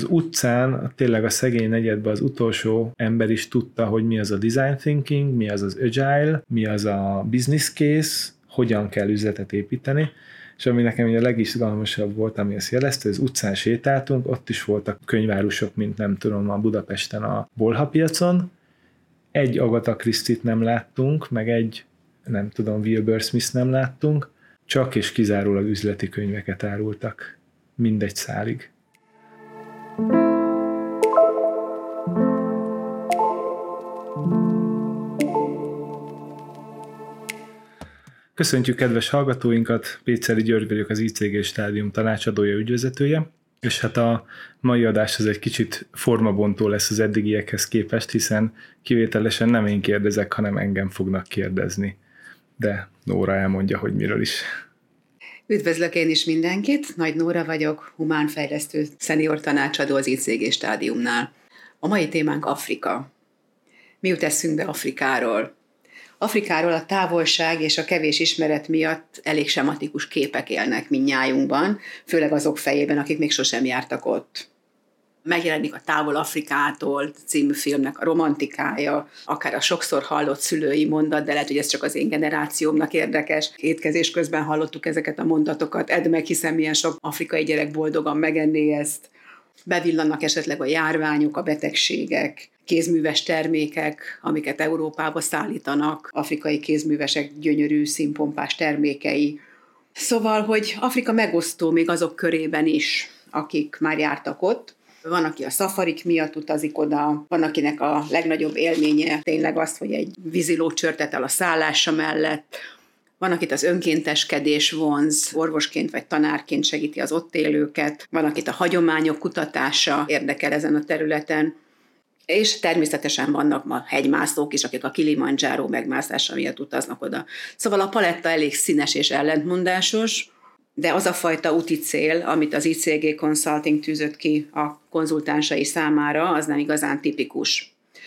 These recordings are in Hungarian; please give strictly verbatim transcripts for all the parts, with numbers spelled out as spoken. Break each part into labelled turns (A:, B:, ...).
A: Az utcán, tényleg a szegény negyedben az utolsó ember is tudta, hogy mi az a design thinking, mi az az agile, mi az a business case, hogyan kell üzletet építeni, és ami nekem ugye a legizgalmasabb volt, ami ezt jelezte, az utcán sétáltunk, ott is voltak könyvárusok, mint nem tudom, a Budapesten a Bolha piacon. Egy Agatha Christie-t nem láttunk, meg egy, nem tudom, Wilbur Smith nem láttunk, csak és kizárólag üzleti könyveket árultak. Mindegy szálig. Köszöntjük kedves hallgatóinkat, Péceli György vagyok, az i cé gé Stádium tanácsadója, ügyvezetője, és hát a mai adás az egy kicsit formabontó lesz az eddigiekhez képest, hiszen kivételesen nem én kérdezek, hanem engem fognak kérdezni. De Nóra elmondja, hogy miről is.
B: Üdvözlök én is mindenkit, Nagy Nóra vagyok, humánfejlesztő szenior tanácsadó az i cé gé Stádiumnál. A mai témánk Afrika. Mi jut eszünkbe Afrikáról? Afrikáról a távolság és a kevés ismeret miatt elég sematikus képek élnek mindnyájunkban, főleg azok fejében, akik még sosem jártak ott. Megjelenik a Távol Afrikától című filmnek a romantikája, akár a sokszor hallott szülői mondat, de lehet, hogy ez csak az én generációmnak érdekes. Étkezés közben hallottuk ezeket a mondatokat, edd meg, hiszen milyen sok afrikai gyerek boldogan megenné ezt. Bevillannak esetleg a járványok, a betegségek, kézműves termékek, amiket Európába szállítanak, afrikai kézművesek gyönyörű, színpompás termékei. Szóval, hogy Afrika megosztó még azok körében is, akik már jártak ott. Van, aki a szafarik miatt utazik oda, van, akinek a legnagyobb élménye tényleg az, hogy egy víziló csörtet el a szállása mellett, van, akit az önkénteskedés vonz, orvosként vagy tanárként segíti az ott élőket, van, akit a hagyományok kutatása érdekel ezen a területen, és természetesen vannak ma hegymászók is, akik a Kilimanjaro megmászása miatt utaznak oda. Szóval a paletta elég színes és ellentmondásos, de az a fajta úti cél, amit az i cé gé Consulting tűzött ki a konzultánsai számára, az nem igazán tipikus.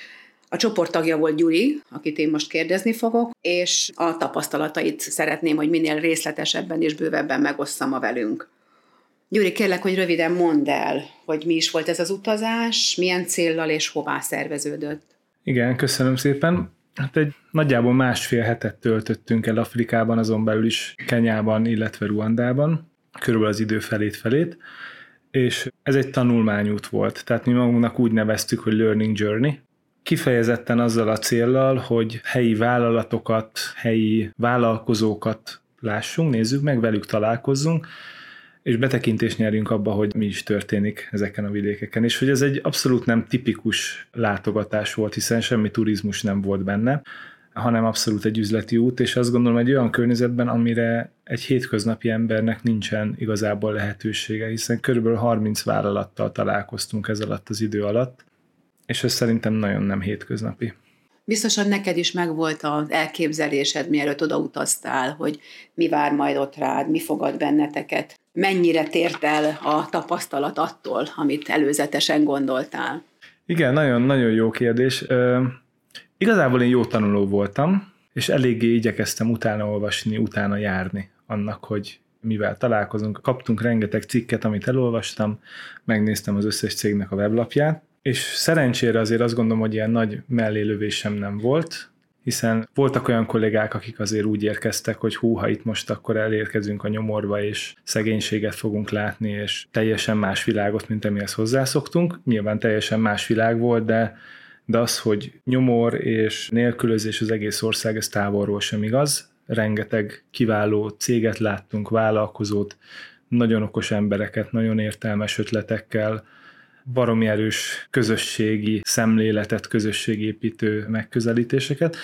B: A csoport tagja volt Gyuri, akit én most kérdezni fogok, és a tapasztalatait szeretném, hogy minél részletesebben és bővebben megosszam ma velünk. Gyuri, kérlek, hogy röviden mondd el, hogy mi is volt ez az utazás, milyen céllal és hová szerveződött.
A: Igen, köszönöm szépen. Hát egy nagyjából másfél hetet töltöttünk el Afrikában, azon belül is Kenyában, illetve Ruandában, körülbelül az idő felét-felét, és ez egy tanulmányút volt, tehát mi magunknak úgy neveztük, hogy Learning Journey, kifejezetten azzal a céllal, hogy helyi vállalatokat, helyi vállalkozókat lássunk, nézzük meg, velük találkozzunk, és betekintést nyerjünk abba, hogy mi is történik ezeken a vidékeken, és hogy ez egy abszolút nem tipikus látogatás volt, hiszen semmi turizmus nem volt benne, hanem abszolút egy üzleti út, és azt gondolom egy olyan környezetben, amire egy hétköznapi embernek nincsen igazából lehetősége, hiszen körülbelül harminc vállalattal találkoztunk ez alatt az idő alatt, és ez szerintem nagyon nem hétköznapi.
B: Biztosan neked is megvolt az elképzelésed, mielőtt oda utaztál, hogy mi vár majd ott rád, mi fogad benneteket, mennyire tért el a tapasztalat attól, amit előzetesen gondoltál?
A: Igen, nagyon-nagyon jó kérdés. Uh, igazából én jó tanuló voltam, és eléggé igyekeztem utána olvasni, utána járni annak, hogy mivel találkozunk. Kaptunk rengeteg cikket, amit elolvastam, megnéztem az összes cégnek a weblapját, és szerencsére azért azt gondolom, hogy ilyen nagy mellélövésem nem volt, hiszen voltak olyan kollégák, akik azért úgy érkeztek, hogy hú, ha itt most akkor elérkezünk a nyomorba, és szegénységet fogunk látni, és teljesen más világot, mint amihez hozzászoktunk. Nyilván teljesen más világ volt, de, de az, hogy nyomor és nélkülözés az egész ország, ez távolról sem igaz. Rengeteg kiváló céget láttunk, vállalkozót, nagyon okos embereket, nagyon értelmes ötletekkel, baromi erős közösségi szemléletet, közösségépítő megközelítéseket.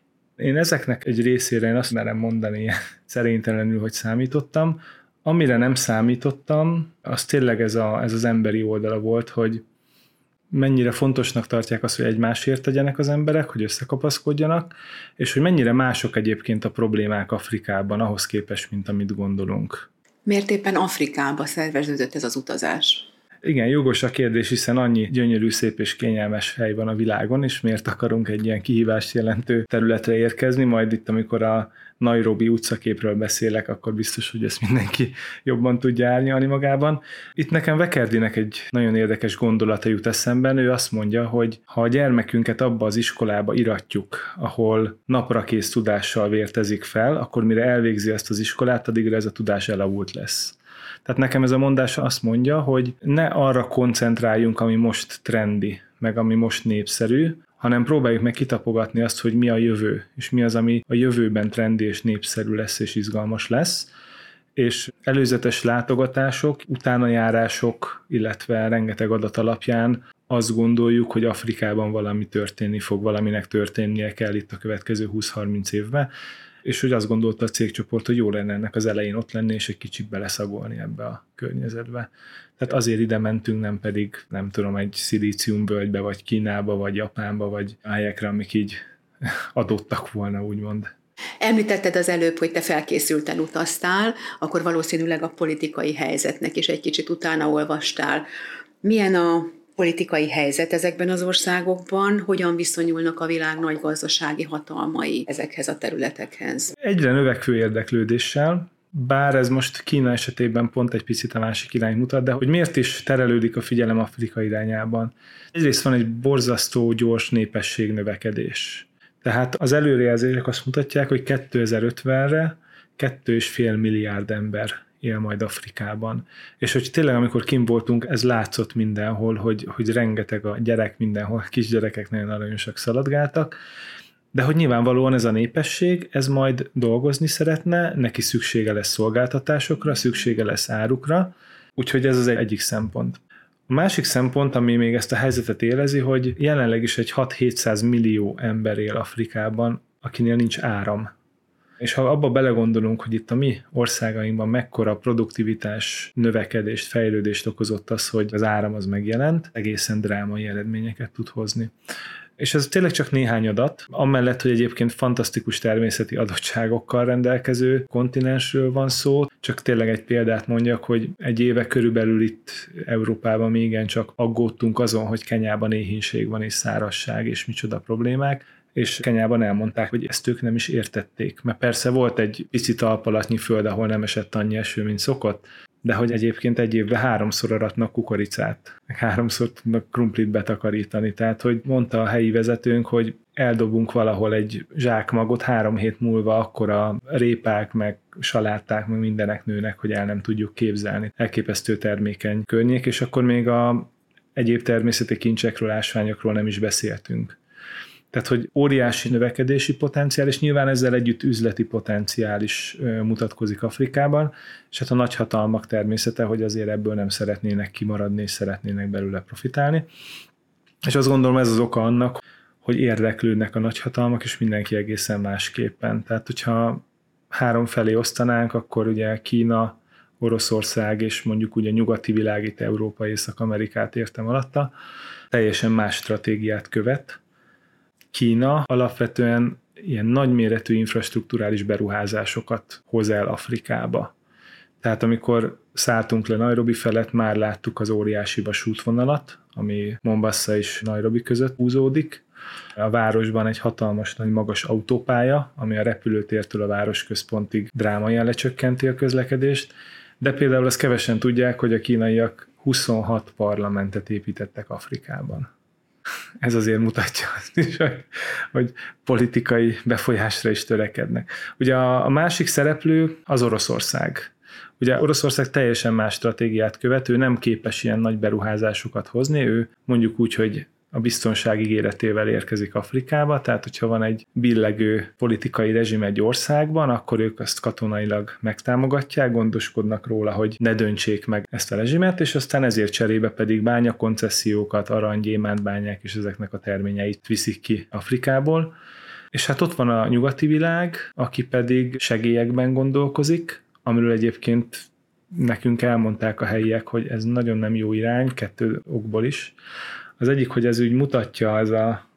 A: Én ezeknek egy részére én azt merem mondani szerénytelenül, hogy számítottam. Amire nem számítottam, az tényleg ez, a, ez az emberi oldala volt, hogy mennyire fontosnak tartják azt, hogy egymásért tegyenek az emberek, hogy összekapaszkodjanak, és hogy mennyire mások egyébként a problémák Afrikában ahhoz képest, mint amit gondolunk.
B: Miért éppen Afrikába szerveződött ez az utazás?
A: Igen, jogos a kérdés, hiszen annyi gyönyörű, szép és kényelmes hely van a világon, és miért akarunk egy ilyen kihívást jelentő területre érkezni, majd itt, amikor a Nairobi utcaképről beszélek, akkor biztos, hogy ezt mindenki jobban tudja árnyalni magában. Itt nekem Vekerdinek egy nagyon érdekes gondolata jut eszemben, ő azt mondja, hogy ha a gyermekünket abba az iskolába iratjuk, ahol naprakész tudással vértezik fel, akkor mire elvégzi ezt az iskolát, addigra ez a tudás elavult lesz. Tehát nekem ez a mondás azt mondja, hogy ne arra koncentráljunk, ami most trendi, meg ami most népszerű, hanem próbáljuk meg kitapogatni azt, hogy mi a jövő, és mi az, ami a jövőben trendi és népszerű lesz és izgalmas lesz. És előzetes látogatások, utánajárások, illetve rengeteg adat alapján azt gondoljuk, hogy Afrikában valami történni fog, valaminek történnie kell itt a következő húsz-harminc évben, és hogy azt gondolta a cégcsoport, hogy jó lenne ennek az elején ott lenni, és egy kicsit beleszagolni ebbe a környezetbe. Tehát azért ide mentünk, nem pedig, nem tudom, egy szilíciumvölgybe, vagy Kínába, vagy Japánba, vagy helyekre, amik így adottak volna, úgymond.
B: Említetted az előbb, hogy te felkészülten utaztál, akkor valószínűleg a politikai helyzetnek is egy kicsit utána olvastál. Milyen a politikai helyzet ezekben az országokban, hogyan viszonyulnak a világ nagy gazdasági hatalmai ezekhez a területekhez?
A: Egyre növekvő érdeklődéssel, bár ez most Kína esetében pont egy picit a másik irány mutat, de hogy miért is terelődik a figyelem Afrika irányában. Egyrészt van egy borzasztó gyors népességnövekedés. Tehát az előrejelzések azt mutatják, hogy kétezer-ötvenre két és fél milliárd ember él majd Afrikában. És hogy tényleg, amikor kint voltunk, ez látszott mindenhol, hogy, hogy rengeteg a gyerek mindenhol, kisgyerekek nagyon aranyosak szaladgáltak, de hogy nyilvánvalóan ez a népesség, ez majd dolgozni szeretne, neki szüksége lesz szolgáltatásokra, szüksége lesz árukra, úgyhogy ez az egyik szempont. A másik szempont, ami még ezt a helyzetet élezi, hogy jelenleg is egy hat-hétszáz millió ember él Afrikában, akinél nincs áram. És ha abba belegondolunk, hogy itt a mi országainkban mekkora produktivitás, növekedést, fejlődést okozott az, hogy az áram az megjelent, egészen drámai eredményeket tud hozni. És ez tényleg csak néhány adat, amellett, hogy egyébként fantasztikus természeti adottságokkal rendelkező kontinensről van szó. Csak tényleg egy példát mondjak, hogy egy éve körülbelül itt Európában még igencsak aggódtunk azon, hogy Kenyában éhínség van és szárazság és micsoda problémák, és Kenyában elmondták, hogy ezt ők nem is értették. Mert persze volt egy pici talpalatnyi föld, ahol nem esett annyi eső, mint szokott, de hogy egyébként egy évben háromszor aratnak kukoricát, meg háromszor tudnak krumplit betakarítani. Tehát, hogy mondta a helyi vezetőnk, hogy eldobunk valahol egy zsákmagot, három hét múlva akkor a répák, meg saláták, meg mindenek nőnek, hogy el nem tudjuk képzelni. Elképesztő termékeny környék, és akkor még a egyéb természeti kincsekről, ásványokról nem is beszéltünk. Tehát, hogy óriási növekedési potenciál, és nyilván ezzel együtt üzleti potenciál is mutatkozik Afrikában, és hát a nagyhatalmak természete, hogy azért ebből nem szeretnének kimaradni, és szeretnének belőle profitálni. És azt gondolom, ez az oka annak, hogy érdeklődnek a nagyhatalmak, és mindenki egészen másképpen. Tehát, hogyha három felé osztanánk, akkor ugye Kína, Oroszország, és mondjuk ugye nyugati világ, itt Európa, Észak-Amerikát értem alatta, teljesen más stratégiát követ. Kína alapvetően ilyen nagyméretű infrastrukturális beruházásokat hoz el Afrikába. Tehát amikor szálltunk le Nairobi felett, már láttuk az óriási vasútvonalat, ami Mombasa és Nairobi között húzódik. A városban egy hatalmas, nagy magas autópálya, ami a repülőtértől a városközpontig drámaian lecsökkenti a közlekedést, de például azt kevesen tudják, hogy a kínaiak huszonhat parlamentet építettek Afrikában. Ez azért mutatja azt is, hogy, hogy politikai befolyásra is törekednek. Ugye a, a másik szereplő az Oroszország. Ugye Oroszország teljesen más stratégiát követ, ő nem képes ilyen nagy beruházásokat hozni, ő mondjuk úgy, hogy a biztonság ígéretével érkezik Afrikába, tehát hogyha van egy billegő politikai rezsim egy országban, akkor ők azt katonailag megtámogatják, gondoskodnak róla, hogy ne döntsék meg ezt a rezsimet, és aztán ezért cserébe pedig bányakoncesziókat, arany, gyémántbányák és ezeknek a terményeit viszik ki Afrikából. És hát ott van a nyugati világ, aki pedig segélyekben gondolkozik, amiről egyébként nekünk elmondták a helyiek, hogy ez nagyon nem jó irány, kettő okból is. Az egyik, hogy ez úgy mutatja, ez a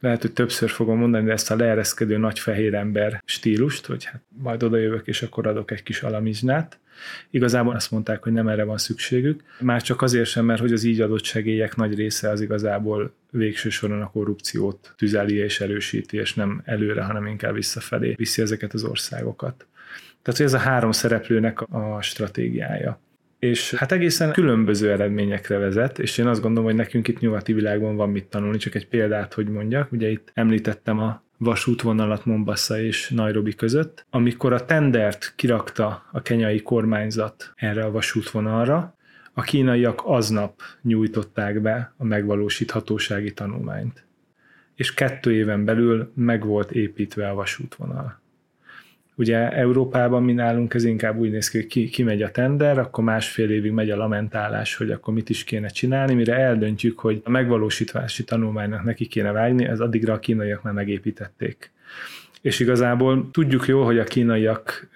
A: lehet, hogy többször fogom mondani, de ezt a leereszkedő nagy fehér ember stílust, hogy hát majd oda jövök, és akkor adok egy kis alamizsnát. Igazából azt mondták, hogy nem erre van szükségük. Már csak azért sem, mert hogy az így adott segélyek nagy része az igazából végső soron a korrupciót tüzeli és erősíti, és nem előre, hanem inkább visszafelé viszi ezeket az országokat. Tehát, hogy ez a három szereplőnek a stratégiája. És hát egészen különböző eredményekre vezet, és én azt gondolom, hogy nekünk itt nyugati világban van mit tanulni, csak egy példát, hogy mondjak. Ugye itt említettem a vasútvonalat Mombasa és Nairobi között. Amikor a tendert kirakta a kenyai kormányzat erre a vasútvonalra, a kínaiak aznap nyújtották be a megvalósíthatósági tanulmányt. És kettő éven belül meg volt építve a vasútvonal. Ugye Európában mi nálunk ez inkább úgy néz ki, hogy ki, kimegy a tender, akkor másfél évig megy a lamentálás, hogy akkor mit is kéne csinálni, mire eldöntjük, hogy a megvalósítási tanulmánynak neki kéne vágni, ez addigra a kínaiak már megépítették. És igazából tudjuk jól, hogy a kínaiak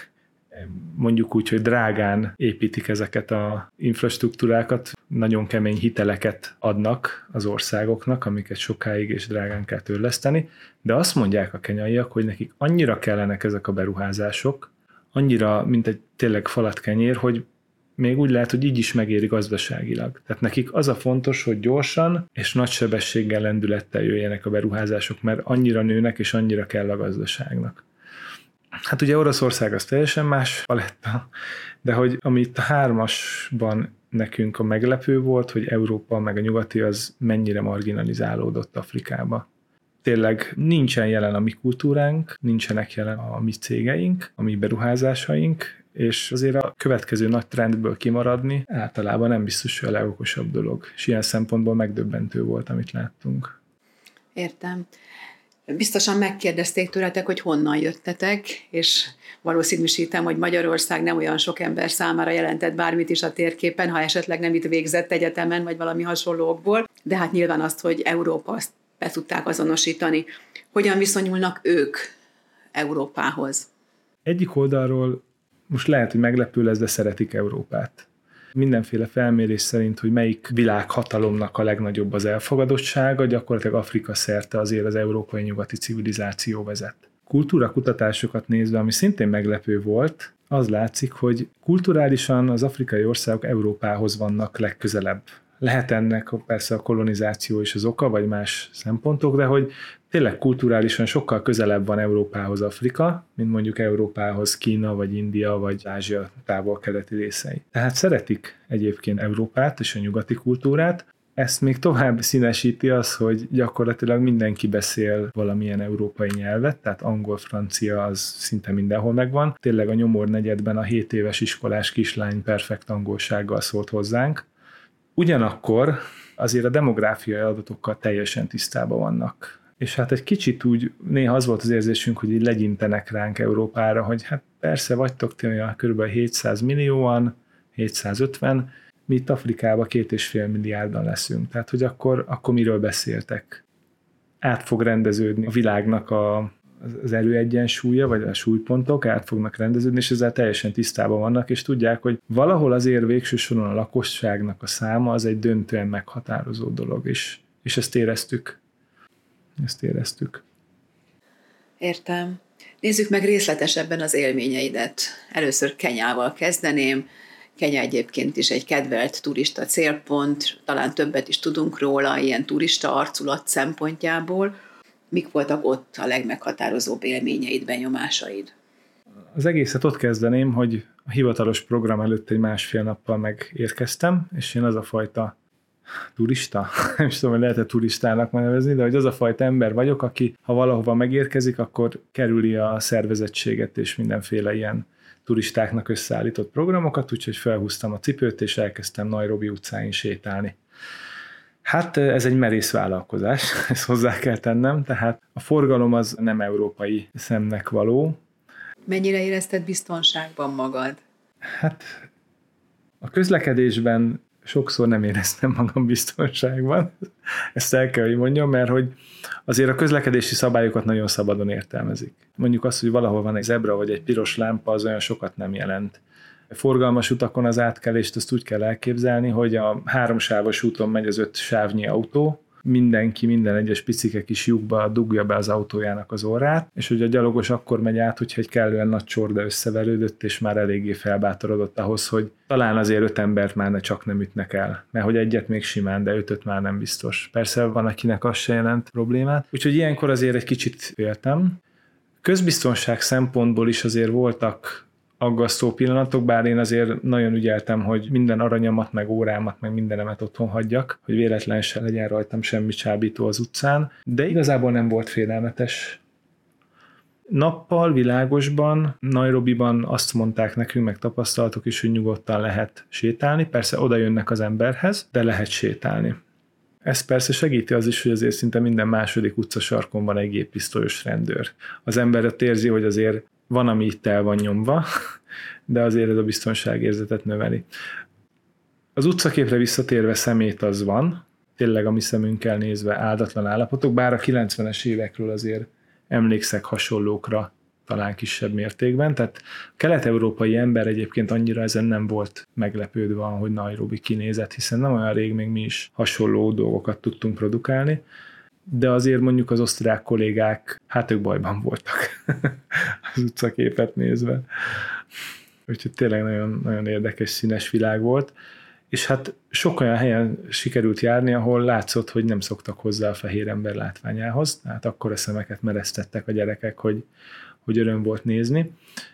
A: mondjuk úgy, hogy drágán építik ezeket a infrastruktúrákat, nagyon kemény hiteleket adnak az országoknak, amiket sokáig és drágán kell törleszteni, de azt mondják a kenyaiak, hogy nekik annyira kellenek ezek a beruházások, annyira, mint egy tényleg falatkenyér, hogy még úgy lehet, hogy így is megéri gazdaságilag. Tehát nekik az a fontos, hogy gyorsan és nagy sebességgel, lendülettel jöjjenek a beruházások, mert annyira nőnek és annyira kell a gazdaságnak. Hát ugye Oroszország az teljesen más paletta, de hogy ami itt a hármasban nekünk a meglepő volt, hogy Európa meg a nyugati az mennyire marginalizálódott Afrikába. Tényleg nincsen jelen a mi kultúránk, nincsenek jelen a mi cégeink, a mi beruházásaink, és azért a következő nagy trendből kimaradni általában nem biztos, hogy a legokosabb dolog. És ilyen szempontból megdöbbentő volt, amit láttunk.
B: Értem. Biztosan megkérdezték tőletek, hogy honnan jöttetek, és valószínűsítem, hogy Magyarország nem olyan sok ember számára jelentett bármit is a térképen, ha esetleg nem itt végzett egyetemen, vagy valami hasonlókból, de hát nyilván azt, hogy Európa, azt be tudták azonosítani. Hogyan viszonyulnak ők Európához?
A: Egyik oldalról most lehet, hogy meglepő lesz, de szeretik Európát. Mindenféle felmérés szerint, hogy melyik világhatalomnak a legnagyobb az elfogadottsága, gyakorlatilag Afrika szerte azért az európai nyugati civilizáció vezet. Kultúrakutatásokat nézve, ami szintén meglepő volt, az látszik, hogy kulturálisan az afrikai országok Európához vannak legközelebb. Lehet ennek persze a kolonizáció is az oka, vagy más szempontok, de hogy tényleg kulturálisan sokkal közelebb van Európához Afrika, mint mondjuk Európához Kína, vagy India, vagy Ázsia távol-keleti részei. Tehát szeretik egyébként Európát és a nyugati kultúrát. Ezt még tovább színesíti az, hogy gyakorlatilag mindenki beszél valamilyen európai nyelvet, tehát angol, francia az szinte mindenhol megvan. Tényleg a Nyomor negyedben a hét éves iskolás kislány perfekt angolsággal szólt hozzánk. Ugyanakkor azért a demográfiai adatokkal teljesen tisztában vannak. És hát egy kicsit úgy, néha az volt az érzésünk, hogy így legyintenek ránk Európára, hogy hát persze vagytok ti olyan kb. hétszáz millióan, hétszázötven, mi itt Afrikában két és fél milliárdan leszünk. Tehát, hogy akkor, akkor miről beszéltek? Át fog rendeződni a világnak a, az erőegyensúlya, vagy a súlypontok át fognak rendeződni, és ezzel teljesen tisztában vannak, és tudják, hogy valahol azért végső soron a lakosságnak a száma az egy döntően meghatározó dolog, és, és ezt éreztük. Ezt éreztük.
B: Értem. Nézzük meg részletesebben az élményeidet. Először Kenyával kezdeném. Kenya egyébként is egy kedvelt turista célpont, talán többet is tudunk róla, ilyen turista arculat szempontjából. Mik voltak ott a legmeghatározóbb élményeid, benyomásaid?
A: Az egészet ott kezdeném, hogy a hivatalos program előtt egy másfél nappal megérkeztem, és én az a fajta turista, nem is tudom, hogy lehet-e turistának nevezni, de hogy az a fajta ember vagyok, aki ha valahova megérkezik, akkor kerüli a szervezettséget és mindenféle ilyen turistáknak összeállított programokat, úgyhogy felhúztam a cipőt, és elkezdtem Nairobi utcáin sétálni. Hát ez egy merész vállalkozás, ezt hozzá kell tennem, tehát a forgalom az nem európai szemnek való.
B: Mennyire érezted biztonságban magad?
A: Hát a közlekedésben sokszor nem éreztem magam biztonságban, ezt el kell, hogy mondjam, mert hogy azért a közlekedési szabályokat nagyon szabadon értelmezik. Mondjuk azt, hogy valahol van egy zebra vagy egy piros lámpa, az olyan sokat nem jelent. A forgalmas utakon az átkelést azt úgy kell elképzelni, hogy a háromsávos úton megy az öt sávnyi autó, mindenki, minden egyes picike kis lyukba dugja be az autójának az orrát, és hogy a gyalogos akkor megy át, hogyha egy kellően nagy csorda összeverődött, és már eléggé felbátorodott ahhoz, hogy talán azért öt embert már ne csak nem ütnek el, mert hogy egyet még simán, de ötöt már nem biztos. Persze van, akinek az se jelent problémát. Úgyhogy ilyenkor azért egy kicsit féltem. Közbiztonság szempontból is azért voltak aggasztó pillanatok, bár én azért nagyon ügyeltem, hogy minden aranyamat, meg órámat, meg mindenemet otthon hagyjak, hogy véletlen se legyen rajtam semmi csábító az utcán, de igazából nem volt félelmetes. Nappal, világosban, Nairobiban azt mondták nekünk, meg tapasztalatok is, hogy nyugodtan lehet sétálni, persze oda jönnek az emberhez, de lehet sétálni. Ez persze segíti az is, hogy azért szinte minden második utcasarkon van egy géppisztolyos rendőr. Az ember ott érzi, hogy azért van, ami itt el van nyomva, de azért ez a biztonságérzetet növeli. Az utcaképre visszatérve szemét az van, tényleg a mi szemünkkel nézve áldatlan állapotok, bár a kilencvenes évekről azért emlékszek hasonlókra, talán kisebb mértékben, tehát a kelet-európai ember egyébként annyira ezen nem volt meglepődve, hogy Nairobi kinézett, hiszen nem olyan rég még mi is hasonló dolgokat tudtunk produkálni, de azért mondjuk az osztrák kollégák, hát ők bajban voltak az utcaképet nézve. Úgyhogy tényleg nagyon, nagyon érdekes, színes világ volt. És hát sok olyan helyen sikerült járni, ahol látszott, hogy nem szoktak hozzá a fehér ember látványához, tehát akkor a szemeket meresztettek a gyerekek, hogy, hogy öröm volt nézni.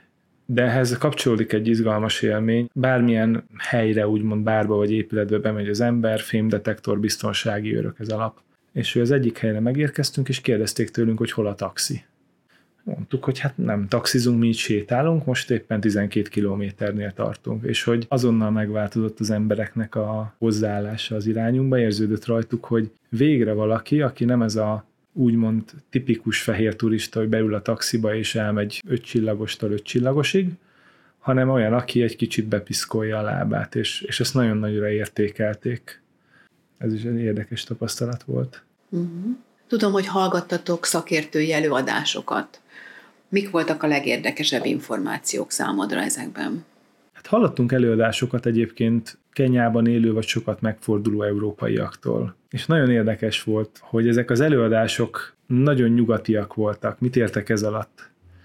A: De ehhez kapcsolódik egy izgalmas élmény. Bármilyen helyre, úgymond bárba vagy épületbe bemegy az ember, fémdetektor, biztonsági őrök ez alap. És ő az egyik helyre megérkeztünk, és kérdezték tőlünk, hogy hol a taxi. Mondtuk, hogy hát nem taxizunk, mi így sétálunk, most éppen tizenkét kilométernél tartunk, és hogy azonnal megváltozott az embereknek a hozzáállása az irányunkba, érződött rajtuk, hogy végre valaki, aki nem ez a úgymond tipikus fehér turista, hogy beül a taxiba és elmegy öt csillagostól öt csillagosig, hanem olyan, aki egy kicsit bepiszkolja a lábát, és, és ezt nagyon nagyra értékelték. Ez is egy érdekes tapasztalat volt.
B: Uh-huh. Tudom, hogy hallgattatok szakértői előadásokat. Mik voltak a legérdekesebb információk számodra ezekben?
A: Hát hallottunk előadásokat egyébként Kenyában élő vagy sokat megforduló európaiaktól. És nagyon érdekes volt, hogy ezek az előadások nagyon nyugatiak voltak. Mit értek ez alatt?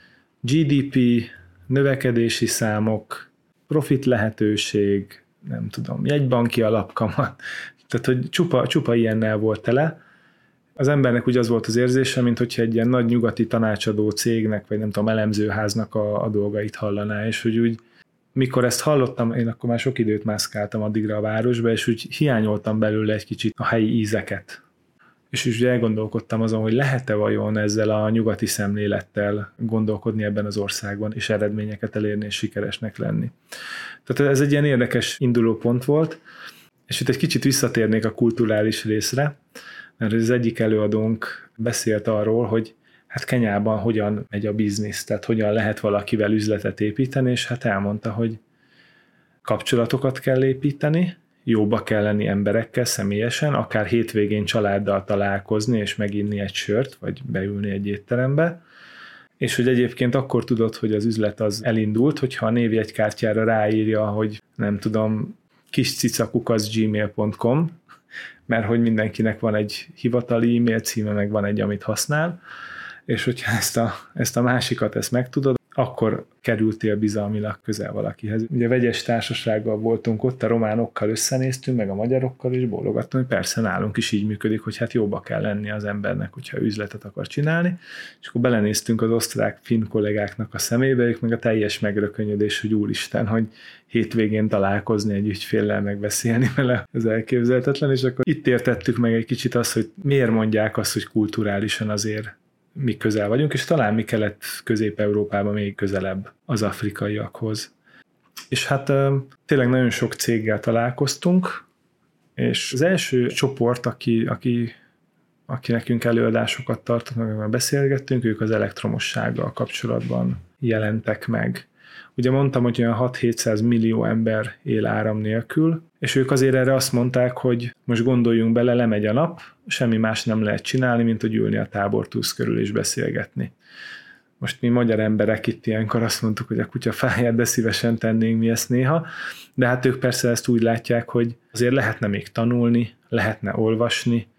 A: gé dé pé, növekedési számok, profit lehetőség, nem tudom, jegybanki alapkamat. Tehát, hogy csupa, csupa ilyennel volt tele. Az embernek úgy az volt az érzése, mint hogyha egy ilyen nagy nyugati tanácsadó cégnek, vagy nem tudom, elemzőháznak a, a dolgait hallaná, és hogy úgy, mikor ezt hallottam, én akkor már sok időt mászkáltam addigra a városba, és úgy hiányoltam belőle egy kicsit a helyi ízeket. És úgy elgondolkodtam azon, hogy lehet-e vajon ezzel a nyugati szemlélettel gondolkodni ebben az országban, és eredményeket elérni, és sikeresnek lenni. Tehát ez egy ilyen érdekes indulópont volt, és itt egy kicsit visszatérnék a kulturális részre, mert az egyik előadónk beszélt arról, hogy hát Kenyában hogyan megy a biznisz, tehát hogyan lehet valakivel üzletet építeni, és hát elmondta, hogy kapcsolatokat kell építeni, jóba kell lenni emberekkel személyesen, akár hétvégén családdal találkozni, és meginni egy sört, vagy beülni egy étterembe, és hogy egyébként akkor tudod, hogy az üzlet az elindult, hogyha a névjegykártyára ráírja, hogy nem tudom, kiscicakukac gmail pont com, mert hogy mindenkinek van egy hivatali e-mail címe, meg van egy, amit használ, és hogyha ezt a, ezt a másikat ezt megtudod, akkor kerültél bizalmilag közel valakihez. Ugye vegyes társasággal voltunk ott, a románokkal összenéztünk, meg a magyarokkal, és bólogattunk, hogy persze nálunk is így működik, hogy hát jóba kell lenni az embernek, hogyha üzletet akar csinálni, és akkor belenéztünk az osztrák-finn kollégáknak a szemébe, ők meg a teljes megrökönyödés, hogy úristen, hogy hétvégén találkozni egy ügyféllel, megbeszélni vele, az elképzelhetetlen, és akkor itt értettük meg egy kicsit azt, hogy miért mondják azt, hogy kulturálisan azért mi közel vagyunk, és talán mi Kelet-Közép-Európában még közelebb az afrikaiakhoz. És hát tényleg nagyon sok céggel találkoztunk, és az első csoport, aki, aki, aki nekünk előadásokat tartott, meg már beszélgettünk, ők az elektromossággal kapcsolatban jelentek meg. Ugye mondtam, hogy olyan hat-hétszáz millió ember él áram nélkül, és ők azért erre azt mondták, hogy most gondoljunk bele, lemegy a nap, semmi más nem lehet csinálni, mint hogy ülni a tábortúz körül és beszélgetni. Most mi magyar emberek itt ilyenkor azt mondtuk, hogy a kutya fáját, de szívesen tennénk mi ezt néha, de hát ők persze ezt úgy látják, hogy azért lehetne még tanulni, lehetne olvasni,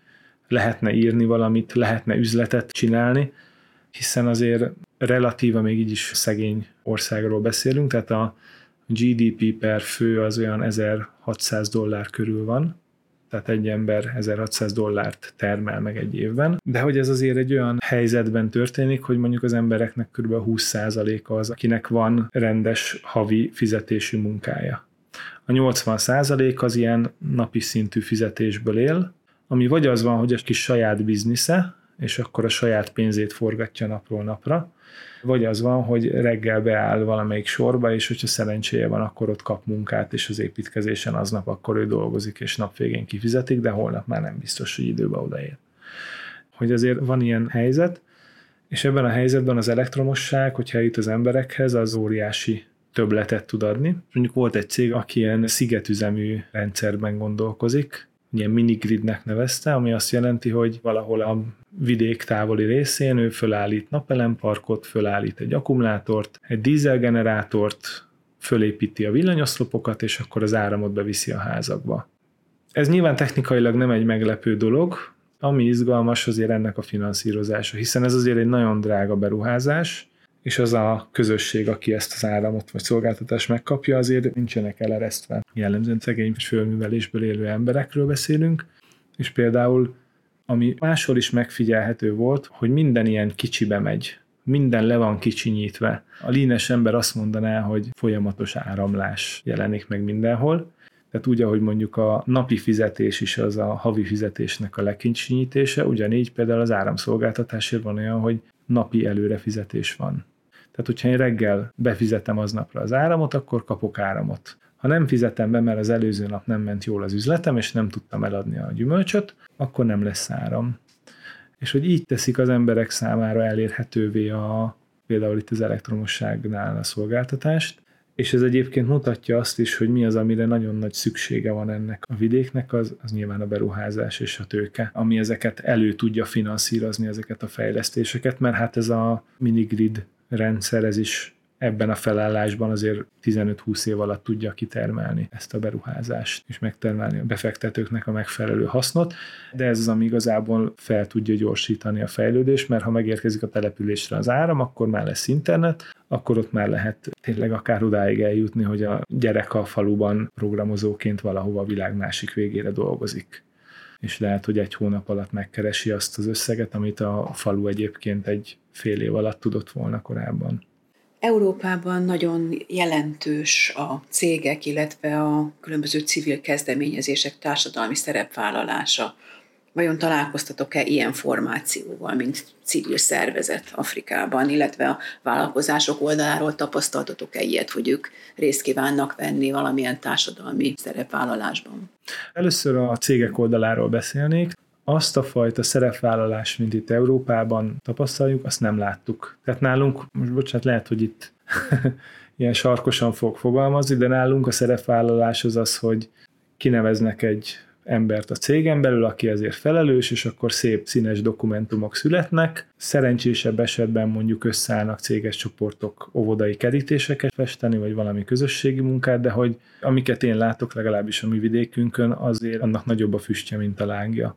A: lehetne írni valamit, lehetne üzletet csinálni, hiszen azért relatíva még így is szegény országról beszélünk, tehát a gé dé pé per fő az olyan ezerhatszáz dollár körül van, tehát egy ember ezerhatszáz dollárt termel meg egy évben, de hogy ez azért egy olyan helyzetben történik, hogy mondjuk az embereknek kb. húsz százaléka az, akinek van rendes havi fizetésű munkája. A nyolcvan százalék az ilyen napi szintű fizetésből él, ami vagy az van, hogy egy kis saját biznisze, és akkor a saját pénzét forgatja napról napra, vagy az van, hogy reggel beáll valamelyik sorba, és hogyha szerencséje van, akkor ott kap munkát, és az építkezésen aznap akkor ő dolgozik, és nap végén kifizetik, de holnap már nem biztos, hogy időbe odaér. Hogy azért van ilyen helyzet, és ebben a helyzetben az elektromosság, hogyha jut az emberekhez, az óriási többletet tud adni. Mondjuk volt egy cég, aki ilyen szigetüzemű rendszerben gondolkozik, ilyen minigridnek nevezte, ami azt jelenti, hogy valahol a vidék távoli részén ő fölállít napelemparkot, fölállít egy akkumulátort, egy dízelgenerátort, fölépíti a villanyoszlopokat, és akkor az áramot beviszi a házakba. Ez nyilván technikailag nem egy meglepő dolog, ami izgalmas azért ennek a finanszírozása, hiszen ez azért egy nagyon drága beruházás, és az a közösség, aki ezt az áramot vagy szolgáltatást megkapja, azért nincsenek eleresztve. Jellemzően szegény földművelésből élő emberekről beszélünk, és például, ami máshol is megfigyelhető volt, hogy minden ilyen kicsibe megy, minden le van kicsinyítve. A línes ember azt mondaná, hogy folyamatos áramlás jelenik meg mindenhol, tehát úgy, ahogy mondjuk a napi fizetés is az a havi fizetésnek a lekicsinyítése, ugyanígy például az áramszolgáltatásért van olyan, hogy napi előrefizetés van. Tehát, hogyha én reggel befizetem aznapra az áramot, akkor kapok áramot. Ha nem fizetem be, mert az előző nap nem ment jól az üzletem, és nem tudtam eladni a gyümölcsöt, akkor nem lesz áram. És hogy így teszik az emberek számára elérhetővé a, például itt az elektromosságnál a szolgáltatást, és ez egyébként mutatja azt is, hogy mi az, amire nagyon nagy szüksége van ennek a vidéknek, az, az nyilván a beruházás és a tőke, ami ezeket elő tudja finanszírozni, ezeket a fejlesztéseket, mert hát ez a minigrid rendszer, ez is ebben a felállásban azért tizenöt-húsz év alatt tudja kitermelni ezt a beruházást, és megtermelni a befektetőknek a megfelelő hasznot, de ez az, ami igazából fel tudja gyorsítani a fejlődést, mert ha megérkezik a településre az áram, akkor már lesz internet, akkor ott már lehet tényleg akár odáig eljutni, hogy a gyerek a faluban programozóként valahova a világ másik végére dolgozik. És lehet, hogy egy hónap alatt megkeresi azt az összeget, amit a falu egyébként egy fél év alatt tudott volna korábban.
B: Európában nagyon jelentős a cégek, illetve a különböző civil kezdeményezések társadalmi szerepvállalása. Vajon találkoztatok-e ilyen formációval, mint civil szervezet Afrikában, illetve a vállalkozások oldaláról tapasztaltatok-e ilyet, hogy ők részt kívánnak venni valamilyen társadalmi szerepvállalásban?
A: Először a cégek oldaláról beszélnék. Azt a fajta szerepvállalást, mint itt Európában tapasztaljuk, azt nem láttuk. Tehát nálunk, most bocsánat, lehet, hogy itt ilyen sarkosan fog fogalmazni, de nálunk a szerepvállalás az az, hogy kineveznek egy embert a cégen belül, aki ezért felelős, és akkor szép színes dokumentumok születnek. Szerencsésebb esetben mondjuk összeállnak céges csoportok óvodai kerítéseket festeni, vagy valami közösségi munkát, de hogy amiket én látok, legalábbis a mi vidékünkön, azért annak nagyobb a füstje, mint a lángja.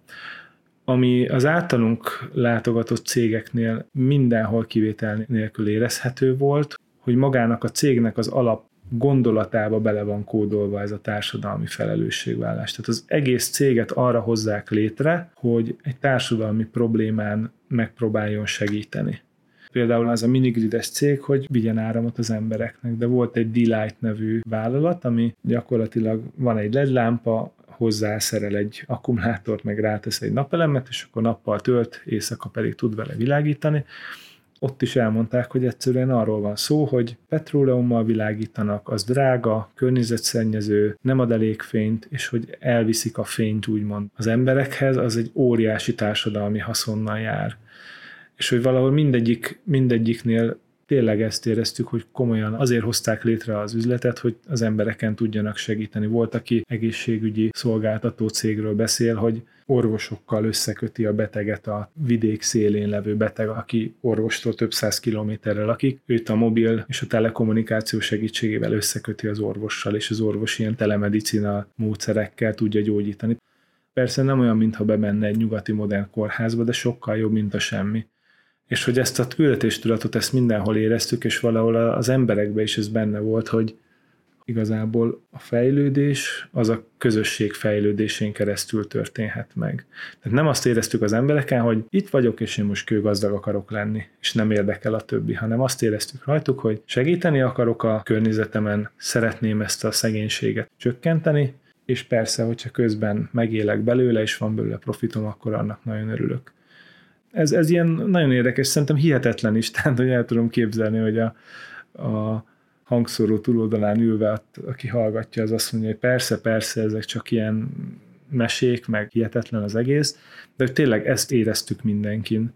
A: Ami az általunk látogatott cégeknél mindenhol kivétel nélkül érezhető volt, hogy magának a cégnek az alap gondolatába bele van kódolva ez a társadalmi felelősségvállás. Tehát az egész céget arra hozzák létre, hogy egy társadalmi problémán megpróbáljon segíteni. Például az a minigrides cég, hogy vigyen áramot az embereknek, de volt egy D-Light nevű vállalat, ami gyakorlatilag van egy el é dé lámpa, hozzá szerel egy akkumulátort, meg rátesz egy napelemet, és akkor nappal tölt, éjszaka pedig tud vele világítani. Ott is elmondták, hogy egyszerűen arról van szó, hogy petróleummal világítanak, az drága, környezetszennyező, nem ad elég fényt, és hogy elviszik a fényt úgymond az emberekhez, az egy óriási társadalmi haszonnal jár. És hogy valahol mindegyik, mindegyiknél tényleg ezt éreztük, hogy komolyan azért hozták létre az üzletet, hogy az embereken tudjanak segíteni. Volt, aki egészségügyi szolgáltató cégről beszél, hogy orvosokkal összeköti a beteget, a vidék szélén levő beteg, aki orvostól több száz kilométerre lakik, őt a mobil és a telekommunikáció segítségével összeköti az orvossal, és az orvos ilyen telemedicina módszerekkel tudja gyógyítani. Persze nem olyan, mintha bemenne egy nyugati modern kórházba, de sokkal jobb, mint a semmi. És hogy ezt a küldetéstudatot, ezt mindenhol éreztük, és valahol az emberekben is ez benne volt, hogy igazából a fejlődés az a közösség fejlődésén keresztül történhet meg. Tehát nem azt éreztük az embereken, hogy itt vagyok, és én most kőgazdag akarok lenni, és nem érdekel a többi, hanem azt éreztük rajtuk, hogy segíteni akarok a környezetemen, szeretném ezt a szegénységet csökkenteni, és persze, hogyha közben megélek belőle, és van belőle profitom, akkor annak nagyon örülök. Ez, ez ilyen nagyon érdekes, szerintem hihetetlen is, tehát hogy el tudom képzelni, hogy a, a hangszóró túloldalán ülve, aki hallgatja, az azt mondja, hogy persze, persze, ezek csak ilyen mesék, meg hihetetlen az egész, de hogy tényleg ezt éreztük mindenkin.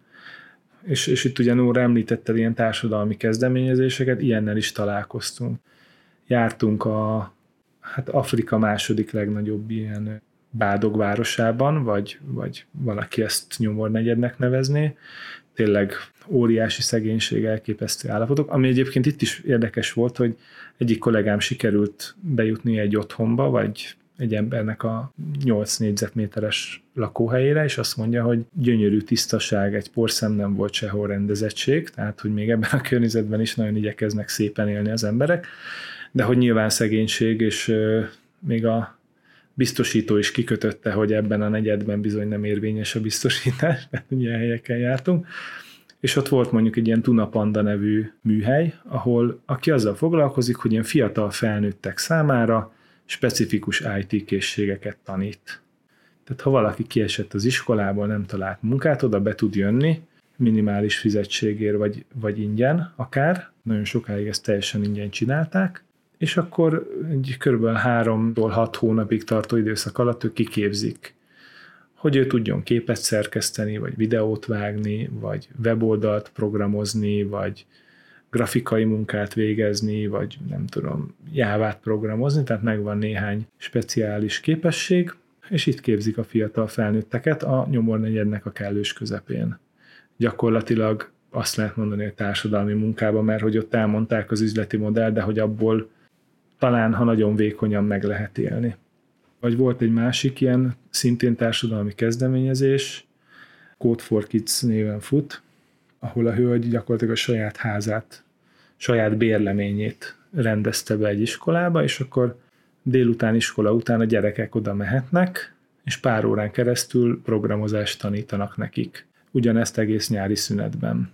A: És, és itt ugye Nóra említette ilyen társadalmi kezdeményezéseket, ilyennel is találkoztunk. Jártunk a hát Afrika második legnagyobb ilyen Bádog városában, vagy, vagy valaki ezt nyomornegyednek nevezné, tényleg óriási szegénység, elképesztő állapotok, ami egyébként itt is érdekes volt, hogy egyik kollégám sikerült bejutni egy otthonba, vagy egy embernek a nyolc négyzetméteres lakóhelyére, és azt mondja, hogy gyönyörű tisztaság, egy porszem nem volt sehol rendezettség, tehát hogy még ebben a környezetben is nagyon igyekeznek szépen élni az emberek, de hogy nyilván szegénység, és euh, még a biztosító is kikötötte, hogy ebben a negyedben bizony nem érvényes a biztosítás, mert ilyen helyeken jártunk, és ott volt mondjuk egy ilyen Tuna Panda nevű műhely, ahol aki azzal foglalkozik, hogy ilyen fiatal felnőttek számára specifikus i té készségeket tanít. Tehát ha valaki kiesett az iskolából, nem talált munkát, oda be tud jönni, minimális fizetségért, vagy, vagy ingyen akár, nagyon sokáig ezt teljesen ingyen csinálták, és akkor egy kb. háromtól hat hónapig tartó időszak alatt ők kiképzik, hogy ő tudjon képet szerkeszteni, vagy videót vágni, vagy weboldalt programozni, vagy grafikai munkát végezni, vagy nem tudom, jávát programozni, tehát megvan néhány speciális képesség, és itt képzik a fiatal felnőtteket a nyomornegyednek a kellős közepén. Gyakorlatilag azt lehet mondani, hogy társadalmi munkában, mert hogy ott elmondták az üzleti modell, de hogy abból talán, ha nagyon vékonyan meg lehet élni. Vagy volt egy másik ilyen szintén társadalmi kezdeményezés, Code for Kids néven fut, ahol a hölgy gyakorlatilag a saját házát, saját bérleményét rendezte be egy iskolába, és akkor délután iskola után a gyerekek oda mehetnek, és pár órán keresztül programozást tanítanak nekik. Ugyanezt egész nyári szünetben.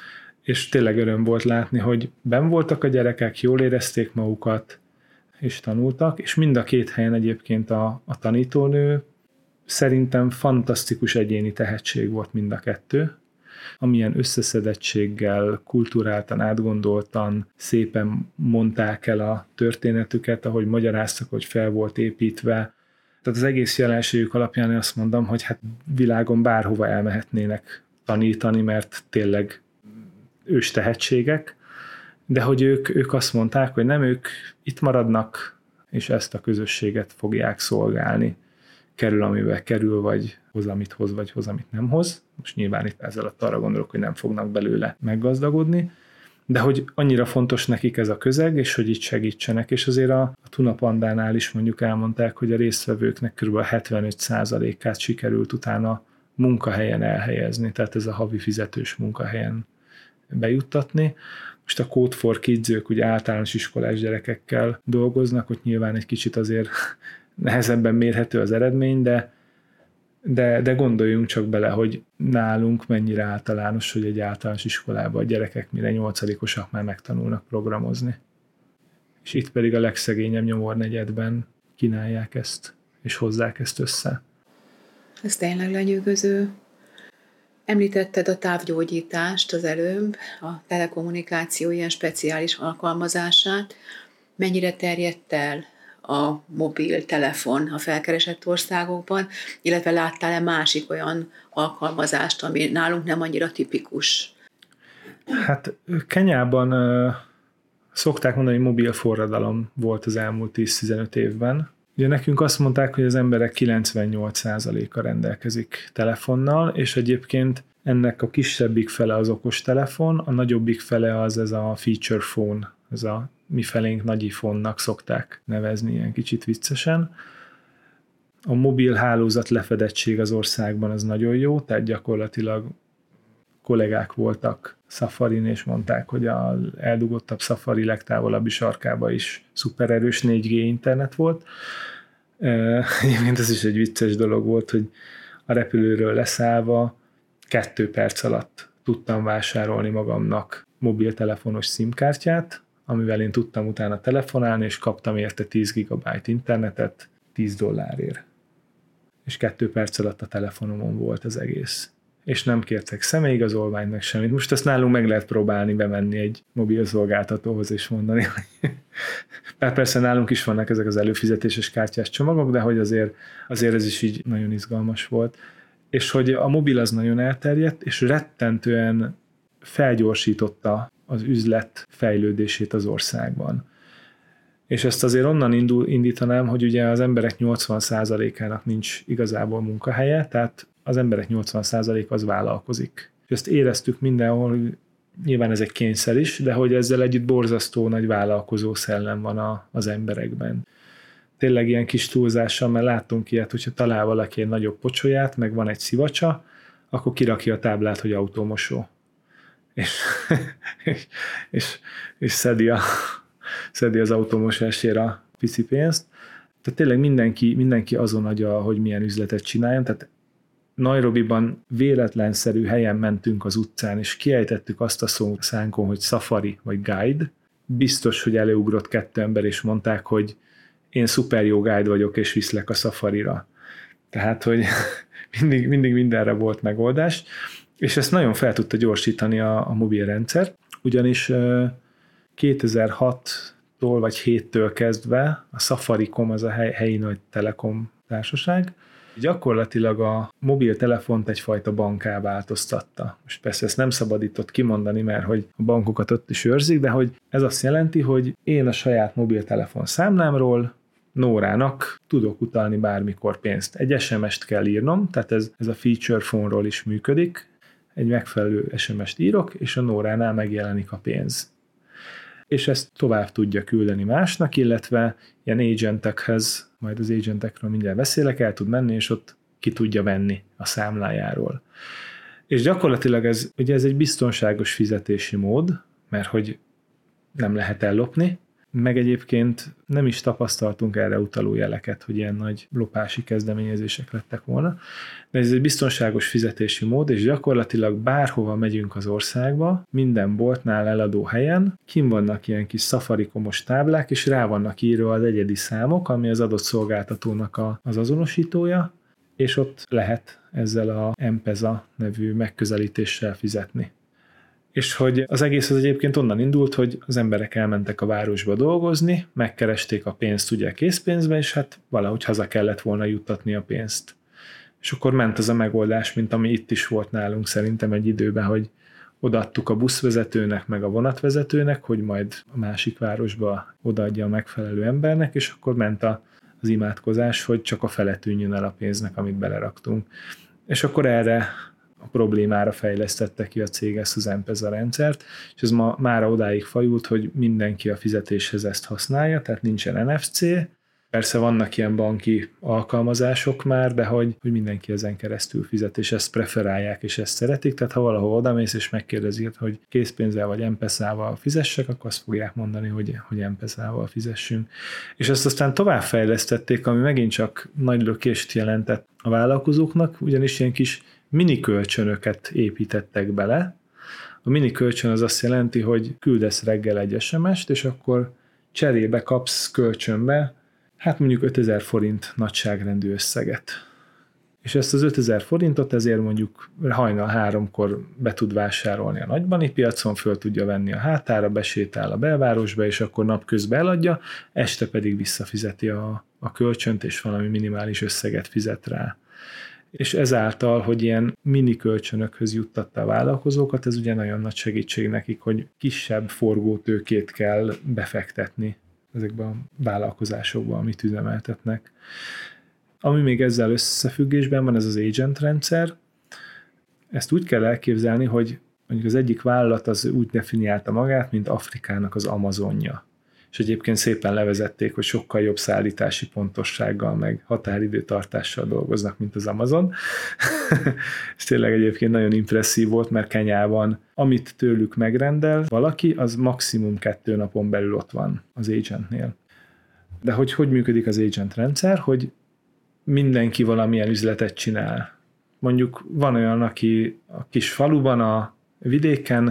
A: És tényleg öröm volt látni, hogy benn voltak a gyerekek, jól érezték magukat, és tanultak, és mind a két helyen egyébként a, a tanítónő szerintem fantasztikus egyéni tehetség volt mind a kettő, amilyen összeszedettséggel, kulturáltan, átgondoltan, szépen mondták el a történetüket, ahogy magyaráztak, hogy fel volt építve. Tehát az egész jelenségük alapján azt mondom, hogy hát világon bárhova elmehetnének tanítani, mert tényleg ős tehetségek, de hogy ők, ők azt mondták, hogy nem, ők itt maradnak, és ezt a közösséget fogják szolgálni. Kerül, amivel kerül, vagy hoz, amit hoz, vagy hoz, amit nem hoz. Most nyilván itt ezzel alatt arra gondolok, hogy nem fognak belőle meggazdagodni, de hogy annyira fontos nekik ez a közeg, és hogy itt segítsenek, és azért a, a Tuna Pandánál is mondjuk elmondták, hogy a résztvevőknek kb. hetvenöt százalékát sikerült utána munkahelyen elhelyezni, tehát ez a havi fizetős munkahelyen bejuttatni. Most a Code for Kids, ők ugye általános iskolás gyerekekkel dolgoznak, hogy nyilván egy kicsit azért nehezebben mérhető az eredmény, de, de, de gondoljunk csak bele, hogy nálunk mennyire általános, hogy egy általános iskolában a gyerekek mire nyolcadikosak már megtanulnak programozni. És itt pedig a legszegényebb nyomornegyedben kínálják ezt, és hozzák ezt össze.
B: Ez tényleg lenyűgöző. Említetted a távgyógyítást az előbb, a telekommunikáció ilyen speciális alkalmazását. Mennyire terjedt el a mobiltelefon a felkeresett országokban, illetve láttál-e másik olyan alkalmazást, ami nálunk nem annyira tipikus?
A: Hát Kenyában uh, szokták mondani, hogy mobil forradalom volt az elmúlt tíz-tizenöt évben. Ugye nekünk azt mondták, hogy az emberek kilencvennyolc százaléka rendelkezik telefonnal, és egyébként ennek a kisebbik fele az okostelefon, a nagyobbik fele az ez a feature phone, ez a mi felénk nagy iPhone-nak szokták nevezni ilyen kicsit viccesen. A mobil hálózat lefedettség az országban az nagyon jó, tehát gyakorlatilag kollégák voltak Safarin, és mondták, hogy az eldugottabb Safari legtávolabbi sarkába is szupererős négy G internet volt. Egyébként ez is egy vicces dolog volt, hogy a repülőről leszállva kettő perc alatt tudtam vásárolni magamnak mobiltelefonos SIM-kártyát, amivel én tudtam utána telefonálni, és kaptam érte tíz gigabyte internetet tíz dollárért. És kettő perc alatt a telefonomon volt az egész. És nem kértek személyigazolványt, meg semmit. Most ezt nálunk meg lehet próbálni, bemenni egy mobil szolgáltatóhoz és mondani, hogy persze nálunk is vannak ezek az előfizetéses kártyás csomagok, de hogy azért, azért ez is így nagyon izgalmas volt. És hogy a mobil az nagyon elterjedt, és rettentően felgyorsította az üzlet fejlődését az országban. És ezt azért onnan indul, indítanám, hogy ugye az emberek nyolcvan százalékának nincs igazából munkahelye, tehát az emberek nyolcvan százalék az vállalkozik. És ezt éreztük mindenhol, hogy nyilván ez egy kényszer is, de hogy ezzel együtt borzasztó nagy vállalkozó szellem van a, az emberekben. Tényleg ilyen kis túlzással, mert láttunk ilyet, hogyha talál valaki egy nagyobb pocsolyát, meg van egy szivacsa, akkor kirakja a táblát, hogy autómosó. És, és, és, és szedi, a, szedi az autómosásért a pici pénzt. Tehát tényleg mindenki, mindenki azon agya, hogy milyen üzletet csináljon. Tehát Nairobiban véletlenszerű helyen mentünk az utcán, és kiejtettük azt a szót szánkon, hogy Safari vagy Guide. Biztos, hogy előugrott kettő ember, és mondták, hogy én szuper jó guide vagyok, és viszlek a Safarira. Tehát, hogy mindig, mindig mindenre volt megoldás, és ezt nagyon fel tudta gyorsítani a, a mobil rendszer, ugyanis kétezer-hattól vagy héttől kezdve a Safaricom, az a hely, helyi nagy telekom társaság, gyakorlatilag a mobiltelefont egyfajta banká változtatta. Most persze ezt nem szabadított kimondani, mert hogy a bankokat ott is őrzik, de hogy ez azt jelenti, hogy én a saját mobiltelefon számlámról Nórának tudok utalni bármikor pénzt. Egy es em est kell írnom, tehát ez, ez a feature phone-ról is működik. Egy megfelelő es em est írok, és a Nóránál megjelenik a pénz. És ezt tovább tudja küldeni másnak, illetve ilyen agentekhez, majd az agentekről mindjárt beszélek, el tud menni, és ott ki tudja venni a számlájáról. És gyakorlatilag ez, ugye ez egy biztonságos fizetési mód, mert hogy nem lehet ellopni, meg egyébként nem is tapasztaltunk erre utaló jeleket, hogy ilyen nagy lopási kezdeményezések lettek volna, de ez egy biztonságos fizetési mód, és gyakorlatilag bárhova megyünk az országba, minden boltnál eladó helyen, kint vannak ilyen kis Safaricomos táblák, és rá vannak írva az egyedi számok, ami az adott szolgáltatónak a, az azonosítója, és ott lehet ezzel a M-Pesa nevű megközelítéssel fizetni. És hogy az egész az egyébként onnan indult, hogy az emberek elmentek a városba dolgozni, megkeresték a pénzt ugye készpénzbe, és hát valahogy haza kellett volna juttatni a pénzt. És akkor ment az a megoldás, mint ami itt is volt nálunk szerintem egy időben, hogy odaadtuk a buszvezetőnek, meg a vonatvezetőnek, hogy majd a másik városba odaadja a megfelelő embernek, és akkor ment a, az imádkozás, hogy csak a fele tűnjön el a pénznek, amit beleraktunk. És akkor erre a problémára fejlesztette ki a cég ezt az M-Pesa rendszert, és ez ma mára odáig fajult, hogy mindenki a fizetéshez ezt használja, tehát nincsen en ef cé, persze vannak ilyen banki alkalmazások már, de hogy, hogy mindenki ezen keresztül fizet, és ezt preferálják, és ezt szeretik, tehát ha valahol odamész, és megkérdezik, hogy készpénzzel vagy M-Pesával fizessek, akkor azt fogják mondani, hogy, hogy M-Pesával fizessünk. És ezt aztán továbbfejlesztették, ami megint csak nagy lökést jelentett a vállalkozóknak, ugyanis ilyen kis mini kölcsönöket építettek bele. A mini kölcsön az azt jelenti, hogy küldesz reggel egy es em est, és akkor cserébe kapsz kölcsönbe, hát mondjuk ötezer forint nagyságrendű összeget. És ezt az ötezer forintot ezért mondjuk hajnal háromkor be tud vásárolni a nagybani piacon, föl tudja venni a hátára, besétál a belvárosba, és akkor napközben eladja, este pedig visszafizeti a, a kölcsönt, és valami minimális összeget fizet rá. És ezáltal, hogy ilyen mini kölcsönökhöz juttatta a vállalkozókat, ez ugye nagyon nagy segítség nekik, hogy kisebb forgótőkét kell befektetni ezekben a vállalkozásokban, amit üzemeltetnek. Ami még ezzel összefüggésben van, ez az agent rendszer. Ezt úgy kell elképzelni, hogy mondjuk az egyik vállalat az úgy definiálta magát, mint Afrikának az Amazonja. és egyébként szépen levezették, hogy sokkal jobb szállítási pontossággal, meg határidőtartással dolgoznak, mint az Amazon. És tényleg egyébként nagyon impresszív volt, mert Kenyában, amit tőlük megrendel valaki, az maximum kettő napon belül ott van az agentnél. De hogy hogy működik az agent rendszer, hogy mindenki valamilyen üzletet csinál. Mondjuk van olyan, aki a kis faluban, a vidéken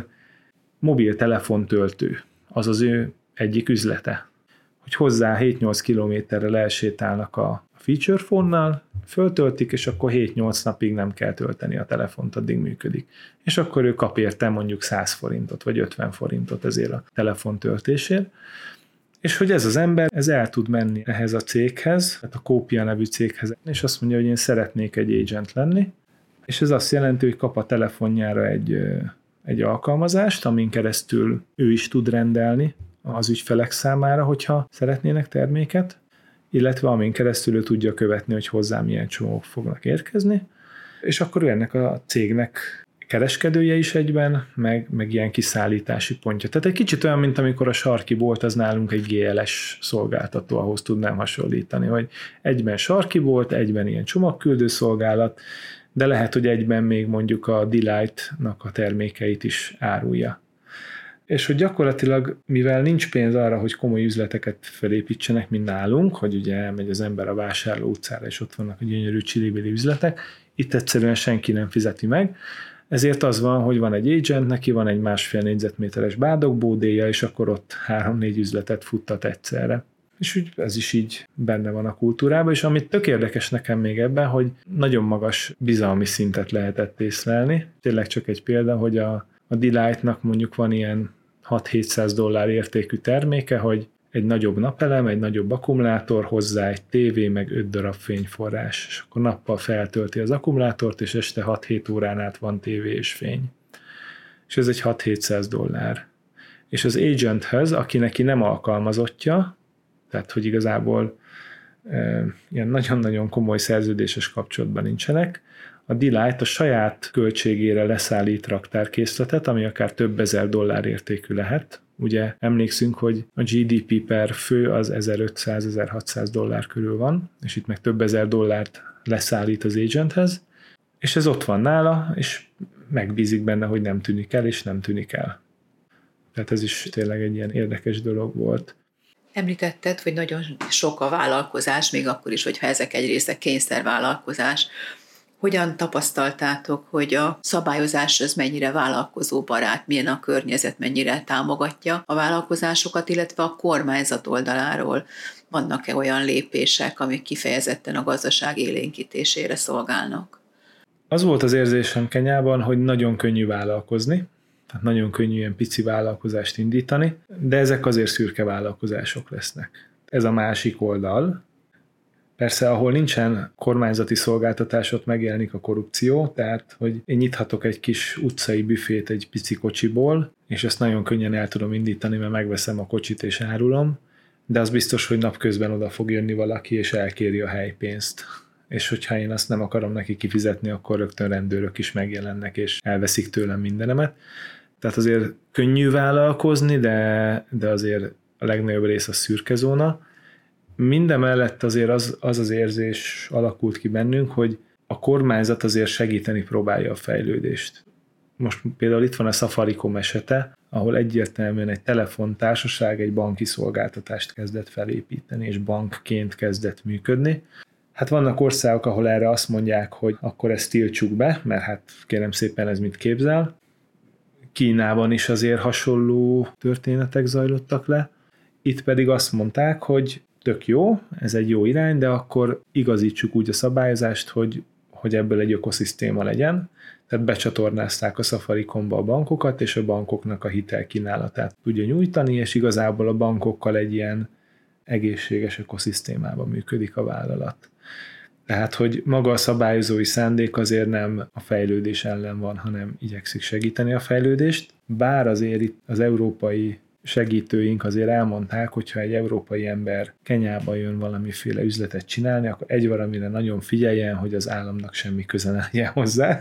A: mobiltelefontöltő, az az ő egyik üzlete. Hogy hozzá hét-nyolc kilométerrel elsétálnak a feature phone-nal, föltöltik, és akkor hét-nyolc napig nem kell tölteni a telefont, addig működik. És akkor ő kap érte mondjuk száz forintot, vagy ötven forintot ezért a telefontöltésért. És hogy ez az ember, ez el tud menni ehhez a céghez, tehát a Kópia nevű céghez, és azt mondja, hogy én szeretnék egy agent lenni, és ez azt jelenti, hogy kap a telefonjára egy, egy alkalmazást, amin keresztül ő is tud rendelni az ügyfelek számára, hogyha szeretnének terméket, illetve amin keresztül ő tudja követni, hogy hozzá milyen csomagok fognak érkezni, és akkor ő ennek a cégnek kereskedője is egyben, meg, meg ilyen kiszállítási pontja. Tehát egy kicsit olyan, mint amikor a sarki bolt, az nálunk egy gé el es szolgáltató, ahhoz tudnám hasonlítani, hogy egyben sarki bolt, egyben ilyen csomagküldő szolgálat, de lehet, hogy egyben még mondjuk a Delight-nak a termékeit is árulja. És hogy gyakorlatilag, mivel nincs pénz arra, hogy komoly üzleteket felépítsenek, mint nálunk, hogy ugye elmegy az ember a Vásárló utcára, és ott vannak a gyönyörű csilibili üzletek, itt egyszerűen senki nem fizeti meg, ezért az van, hogy van egy agent, neki van egy másfél négyzetméteres bádogybódéja, és akkor ott három-négy üzletet futtat egyszerre. És úgy ez is így benne van a kultúrában, és amit tök érdekes nekem még ebben, hogy nagyon magas bizalmi szintet lehetett észlelni. Tényleg csak egy példa, hogy a, a Delight-nak mondjuk van ilyen hat-hétszáz dollár értékű terméke, hogy egy nagyobb napelem, egy nagyobb akkumulátor, hozzá egy tévé, meg öt darab fényforrás. És akkor nappal feltölti az akkumulátort, és este hat-hét órán át van tévé és fény. És ez egy hat-hétszáz dollár. És az agenthez, aki neki nem alkalmazottja, tehát hogy igazából e, ilyen nagyon-nagyon komoly szerződéses kapcsolatban nincsenek, a Delight a saját költségére leszállít raktárkészletet, ami akár több ezer dollár értékű lehet. Ugye emlékszünk, hogy a gé dé pé per fő az ezerötszáz-ezerhatszáz dollár körül van, és itt meg több ezer dollárt leszállít az agenthez, és ez ott van nála, és megbízik benne, hogy nem tűnik el, és nem tűnik el. Tehát ez is tényleg egy ilyen érdekes dolog volt.
B: Említetted, hogy nagyon sok a vállalkozás, még akkor is, hogyha ezek egy része kényszervállalkozás. Hogyan tapasztaltátok, hogy a szabályozás az mennyire vállalkozóbarát, milyen a környezet, mennyire támogatja a vállalkozásokat, illetve a kormányzat oldaláról vannak-e olyan lépések, amik kifejezetten a gazdaság élénkítésére szolgálnak?
A: Az volt az érzésem Kenyában, hogy nagyon könnyű vállalkozni, tehát nagyon könnyű ilyen pici vállalkozást indítani, de ezek azért szürke vállalkozások lesznek. Ez a másik oldal. Persze, ahol nincsen kormányzati szolgáltatás, ott megjelenik a korrupció, tehát, hogy én nyithatok egy kis utcai büfét egy pici kocsiból, és ezt nagyon könnyen el tudom indítani, mert megveszem a kocsit és árulom, de az biztos, hogy napközben oda fog jönni valaki, és elkéri a helypénzt. És hogyha én azt nem akarom neki kifizetni, akkor rögtön rendőrök is megjelennek, és elveszik tőlem mindenemet. Tehát azért könnyű vállalkozni, de, de azért a legnagyobb rész a szürke zóna. Mindemellett azért az, az az érzés alakult ki bennünk, hogy a kormányzat azért segíteni próbálja a fejlődést. Most például itt van a Safaricom esete, ahol egyértelműen egy telefontársaság egy banki szolgáltatást kezdett felépíteni, és bankként kezdett működni. Hát vannak országok, ahol erre azt mondják, hogy akkor ezt tiltsuk be, mert hát kérem szépen ez mit képzel. Kínában is azért hasonló történetek zajlottak le. Itt pedig azt mondták, hogy tök jó, ez egy jó irány, de akkor igazítsuk úgy a szabályozást, hogy, hogy ebből egy ökoszisztéma legyen. Tehát becsatornázták a Safaricomba a bankokat, és a bankoknak a hitelkínálatát tudja nyújtani, és igazából a bankokkal egy ilyen egészséges ökoszisztémában működik a vállalat. Tehát, hogy maga a szabályozói szándék azért nem a fejlődés ellen van, hanem igyekszik segíteni a fejlődést. Bár azért itt az európai segítőink azért elmondták, hogyha egy európai ember Kenyába jön valamiféle üzletet csinálni, akkor egy valamire nagyon figyeljen, hogy az államnak semmi köze ne legyen hozzá.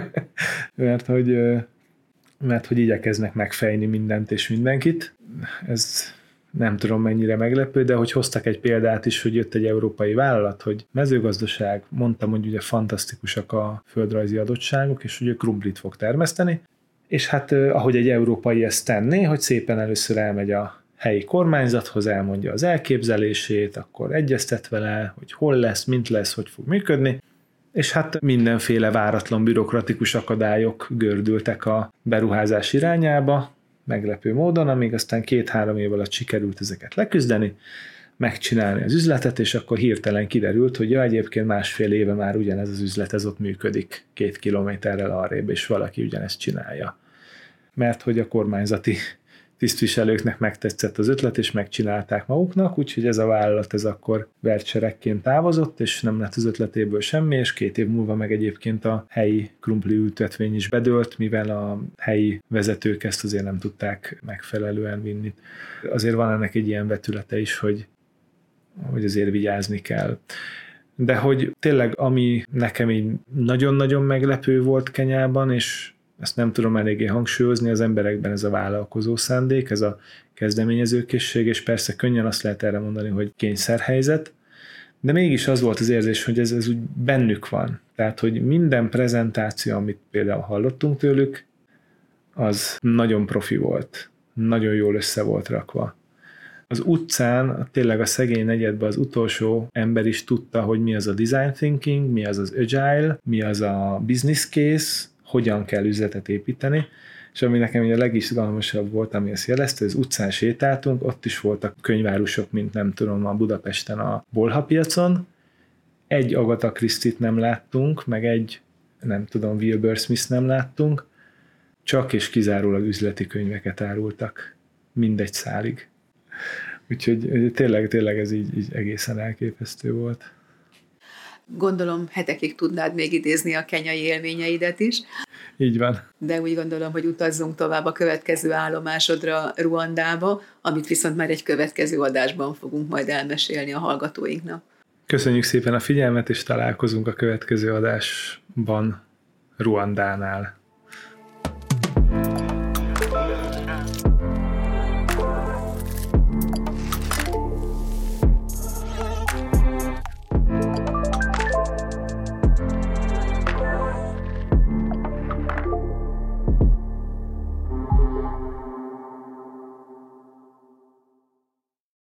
A: mert, hogy, mert hogy igyekeznek megfejni mindent és mindenkit. Ez nem tudom mennyire meglepő, de hogy hoztak egy példát is, hogy jött egy európai vállalat, hogy mezőgazdaság, mondtam, hogy ugye fantasztikusak a földrajzi adottságok, és ugye krumplit fog termeszteni, és hát ahogy egy európai ezt tenné, hogy szépen először elmegy a helyi kormányzathoz, elmondja az elképzelését, akkor egyeztet vele, hogy hol lesz, mint lesz, hogy fog működni, és hát mindenféle váratlan bürokratikus akadályok gördültek a beruházás irányába, meglepő módon, amíg aztán két-három év alatt sikerült ezeket leküzdeni, megcsinálni az üzletet, és akkor hirtelen kiderült, hogy ja, egyébként másfél éve már ugyanez az üzlet ez ott működik két kilométerrel arrébb, és valaki ugyanezt csinálja. Mert hogy a kormányzati tisztviselőknek megtetszett az ötlet, és megcsinálták maguknak, úgyhogy ez a vállalat ez akkor vertserekként távozott, és nem lett az ötletéből semmi, és két év múlva meg egyébként a helyi krumpli ültetvény is bedőlt, mivel a helyi vezetők ezt azért nem tudták megfelelően vinni. Azért van ennek egy ilyen vetülete is, hogy, hogy azért vigyázni kell. De hogy tényleg, ami nekem így nagyon-nagyon meglepő volt Kenyában, és ezt nem tudom eléggé hangsúlyozni, az emberekben ez a vállalkozó szándék, ez a kezdeményezőkészség, és persze könnyen azt lehet erre mondani, hogy kényszerhelyzet, de mégis az volt az érzés, hogy ez, ez úgy bennük van. Tehát, hogy minden prezentáció, amit például hallottunk tőlük, az nagyon profi volt, nagyon jól össze volt rakva. Az utcán, tényleg a szegény negyedben az utolsó ember is tudta, hogy mi az a design thinking, mi az az agile, mi az a business case, hogyan kell üzletet építeni, és ami nekem ugye a legizgalmasabb volt, ami ezt jelezte, az utcán sétáltunk, ott is voltak könyvárusok, mint nem tudom, a Budapesten a Bolha piacon, egy Agatha Christie-t nem láttunk, meg egy, nem tudom, Wilbur Smith nem láttunk, csak és kizárólag üzleti könyveket árultak, mindegy szálig. Úgyhogy tényleg, tényleg ez így, így egészen elképesztő volt.
B: Gondolom, hetekig tudnád még idézni a kenyai élményeidet is.
A: Így van.
B: De úgy gondolom, hogy utazzunk tovább a következő állomásodra, Ruandába, amit viszont már egy következő adásban fogunk majd elmesélni a hallgatóinknak.
A: Köszönjük szépen a figyelmet, és találkozunk a következő adásban Ruandánál.